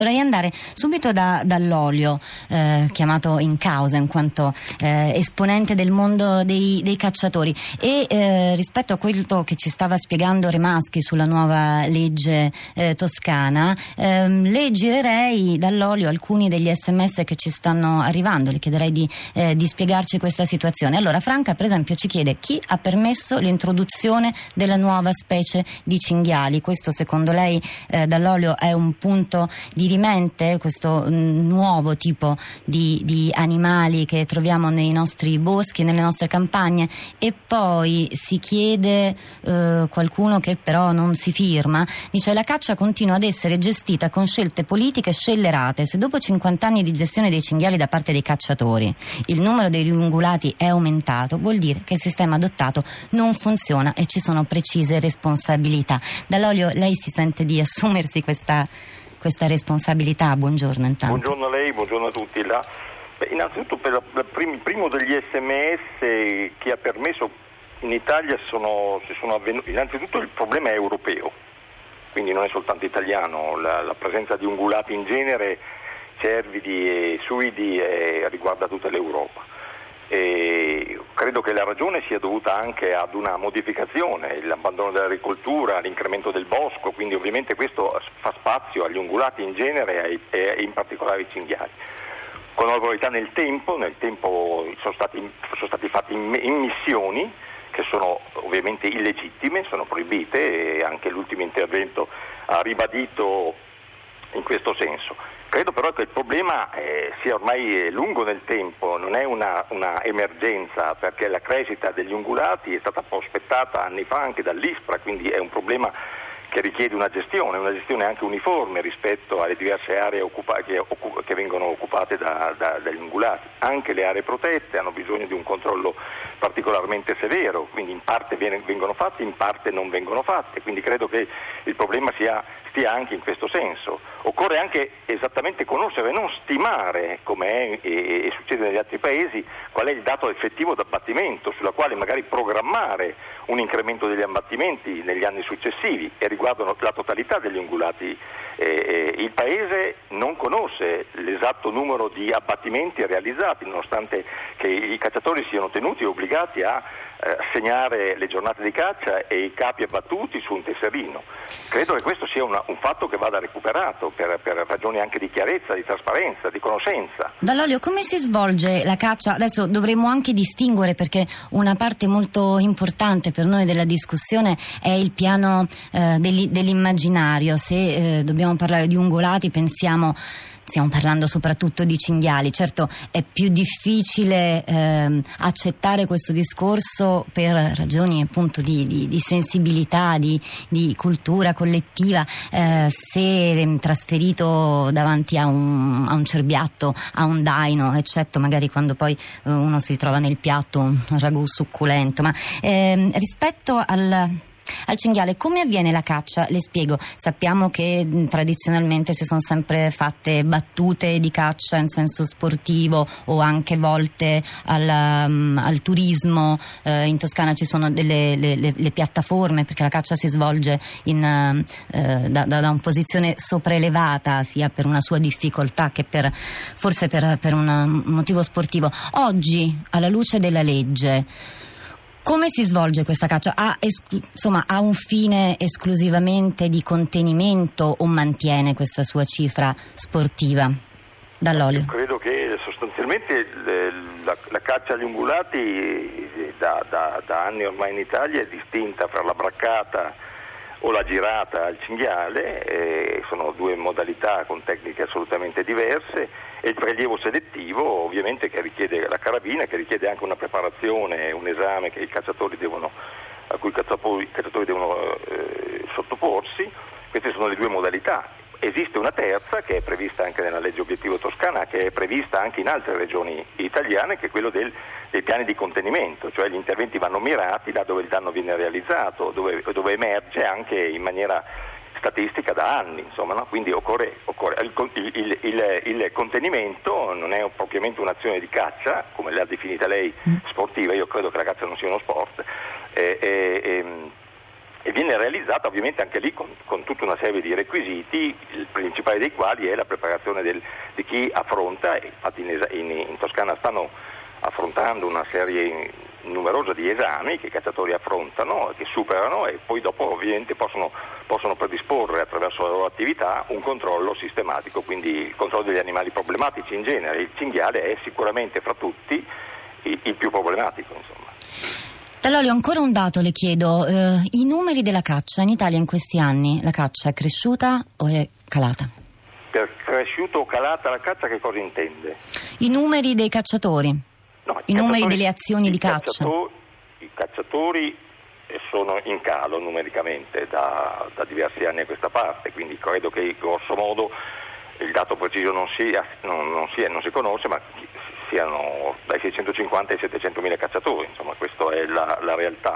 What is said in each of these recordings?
Vorrei andare subito dall'Olio, chiamato in causa in quanto esponente del mondo dei cacciatori, e rispetto a quello che ci stava spiegando Remaschi sulla nuova legge toscana, le girerei dall'Olio alcuni degli SMS che ci stanno arrivando. Le chiederei di spiegarci questa situazione. Allora, Franca per esempio ci chiede: chi ha permesso l'introduzione della nuova specie di cinghiali? Questo secondo lei dall'Olio è un punto di rimente, questo nuovo tipo di animali che troviamo nei nostri boschi, nelle nostre campagne? E poi si chiede qualcuno che però non si firma, dice: la caccia continua ad essere gestita con scelte politiche scellerate. Se dopo 50 anni di gestione dei cinghiali da parte dei cacciatori il numero dei ungulati è aumentato, vuol dire che il sistema adottato non funziona e ci sono precise responsabilità. Dall'Olio, lei si sente di assumersi questa responsabilità? Buongiorno intanto. Buongiorno a lei, buongiorno a tutti. Innanzitutto per il primo degli SMS che ha permesso in Italia si sono avvenuti. Innanzitutto il problema è europeo, quindi non è soltanto italiano. La presenza di ungulati in genere, cervidi e suidi, riguarda tutta l'Europa. E credo che la ragione sia dovuta anche ad una modificazione, l'abbandono dell'agricoltura, l'incremento del bosco, quindi ovviamente questo fa spazio agli ungulati in genere e in particolare ai cinghiali. Con la regolarità nel tempo sono stati fatti immissioni che sono ovviamente illegittime, sono proibite, e anche l'ultimo intervento ha ribadito in questo senso. Credo però che il problema sia ormai lungo nel tempo, non è una emergenza, perché la crescita degli ungulati è stata prospettata anni fa anche dall'ISPRA, quindi è un problema che richiede una gestione anche uniforme rispetto alle diverse aree che vengono occupate dagli ungulati. Anche le aree protette hanno bisogno di un controllo particolarmente severo, quindi in parte vengono fatte, in parte non vengono fatte, quindi credo che il problema stia anche in questo senso. Occorre anche esattamente conoscere, non stimare, come è e succede negli altri paesi, qual è il dato effettivo d'abbattimento, sulla quale magari programmare un incremento degli abbattimenti negli anni successivi, e riguardano la totalità degli ungulati. Il Paese non conosce l'esatto numero di abbattimenti realizzati, nonostante che i cacciatori siano tenuti e obbligati a segnare le giornate di caccia e i capi abbattuti su un tesserino. Credo che questo sia un fatto che vada recuperato per ragioni anche di chiarezza, di trasparenza, di conoscenza. Dall'Olio, come si svolge la caccia? Adesso dovremmo anche distinguere, perché una parte molto importante per noi della discussione è il piano dell'immaginario. Se dobbiamo parlare di ungulati stiamo parlando soprattutto di cinghiali. Certo, è più difficile accettare questo discorso per ragioni appunto di sensibilità, di cultura collettiva, se trasferito davanti a un cerbiatto, a un daino, eccetto magari quando poi uno si trova nel piatto un ragù succulento. Ma rispetto al cinghiale, come avviene la caccia? Le spiego. Sappiamo che tradizionalmente si sono sempre fatte battute di caccia in senso sportivo, o anche volte al turismo. In Toscana ci sono le piattaforme, perché la caccia si svolge da una posizione sopraelevata, sia per una sua difficoltà che forse per un motivo sportivo. Oggi, alla luce della legge, come si svolge questa caccia? Ha un fine esclusivamente di contenimento, o mantiene questa sua cifra sportiva? Dall'Olio. Credo che sostanzialmente la caccia agli ungulati da anni ormai in Italia è distinta fra la braccata o la girata al cinghiale, sono due modalità con tecniche assolutamente diverse, e il prelievo selettivo ovviamente che richiede la carabina, che richiede anche una preparazione, un esame a cui i cacciatori devono sottoporsi. Queste sono le due modalità. Esiste una terza che è prevista anche nella legge obiettivo toscana, che è prevista anche in altre regioni italiane, che è quello dei piani di contenimento, cioè gli interventi vanno mirati là dove il danno viene realizzato, dove emerge anche in maniera statistica da anni, insomma, no? Quindi occorre il contenimento non è propriamente un'azione di caccia, come l'ha definita lei, sportiva. Io credo che la caccia non sia uno sport, e viene realizzata ovviamente anche lì con tutta una serie di requisiti, il principale dei quali è la preparazione di chi affronta, e infatti in Toscana stanno affrontando una serie numerosa di esami che i cacciatori affrontano, che superano, e poi dopo ovviamente possono predisporre attraverso la loro attività un controllo sistematico, quindi il controllo degli animali problematici in genere. Il cinghiale è sicuramente fra tutti il più problematico, insomma. Dall'Olio, ancora un dato le chiedo, i numeri della caccia in Italia in questi anni, la caccia è cresciuta o è calata? Per cresciuta o calata la caccia che cosa intende? I numeri dei cacciatori, no, i numeri delle azioni di caccia. I cacciatori sono in calo numericamente da diversi anni a questa parte, quindi credo che grosso modo il dato preciso non si conosce, ma siano dai 650 ai 700 mila cacciatori, insomma questa è la realtà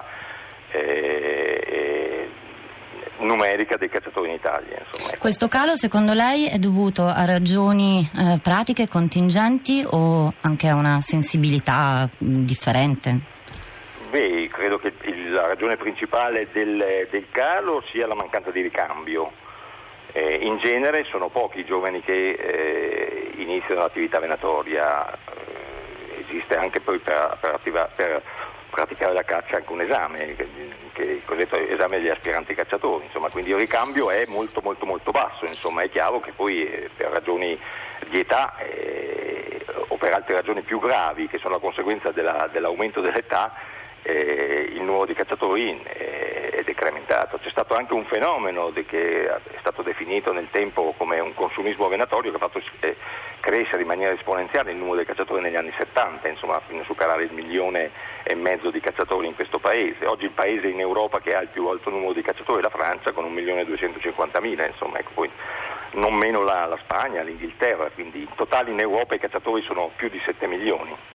numerica dei cacciatori in Italia, insomma. Questo calo secondo lei è dovuto a ragioni pratiche, contingenti, o anche a una sensibilità differente? Beh, credo che la ragione principale del calo sia la mancanza di ricambio. In genere sono pochi i giovani che iniziano l'attività venatoria, esiste anche poi per praticare la caccia anche un esame, che è il cosiddetto esame degli aspiranti cacciatori, insomma, quindi il ricambio è molto molto molto basso, insomma. È chiaro che poi per ragioni di età o per altre ragioni più gravi, che sono la conseguenza dell'aumento dell'età, il numero di cacciatori è decrementato. C'è stato anche un fenomeno che è stato definito nel tempo come un consumismo venatorio, che ha fatto crescere in maniera esponenziale il numero dei cacciatori negli anni 70, insomma, fino a superare 1,5 milioni di cacciatori in questo paese. Oggi il paese in Europa che ha il più alto numero di cacciatori è la Francia, con 1.250.000, insomma, ecco, poi non meno la Spagna, l'Inghilterra, quindi in totale in Europa i cacciatori sono più di 7 milioni.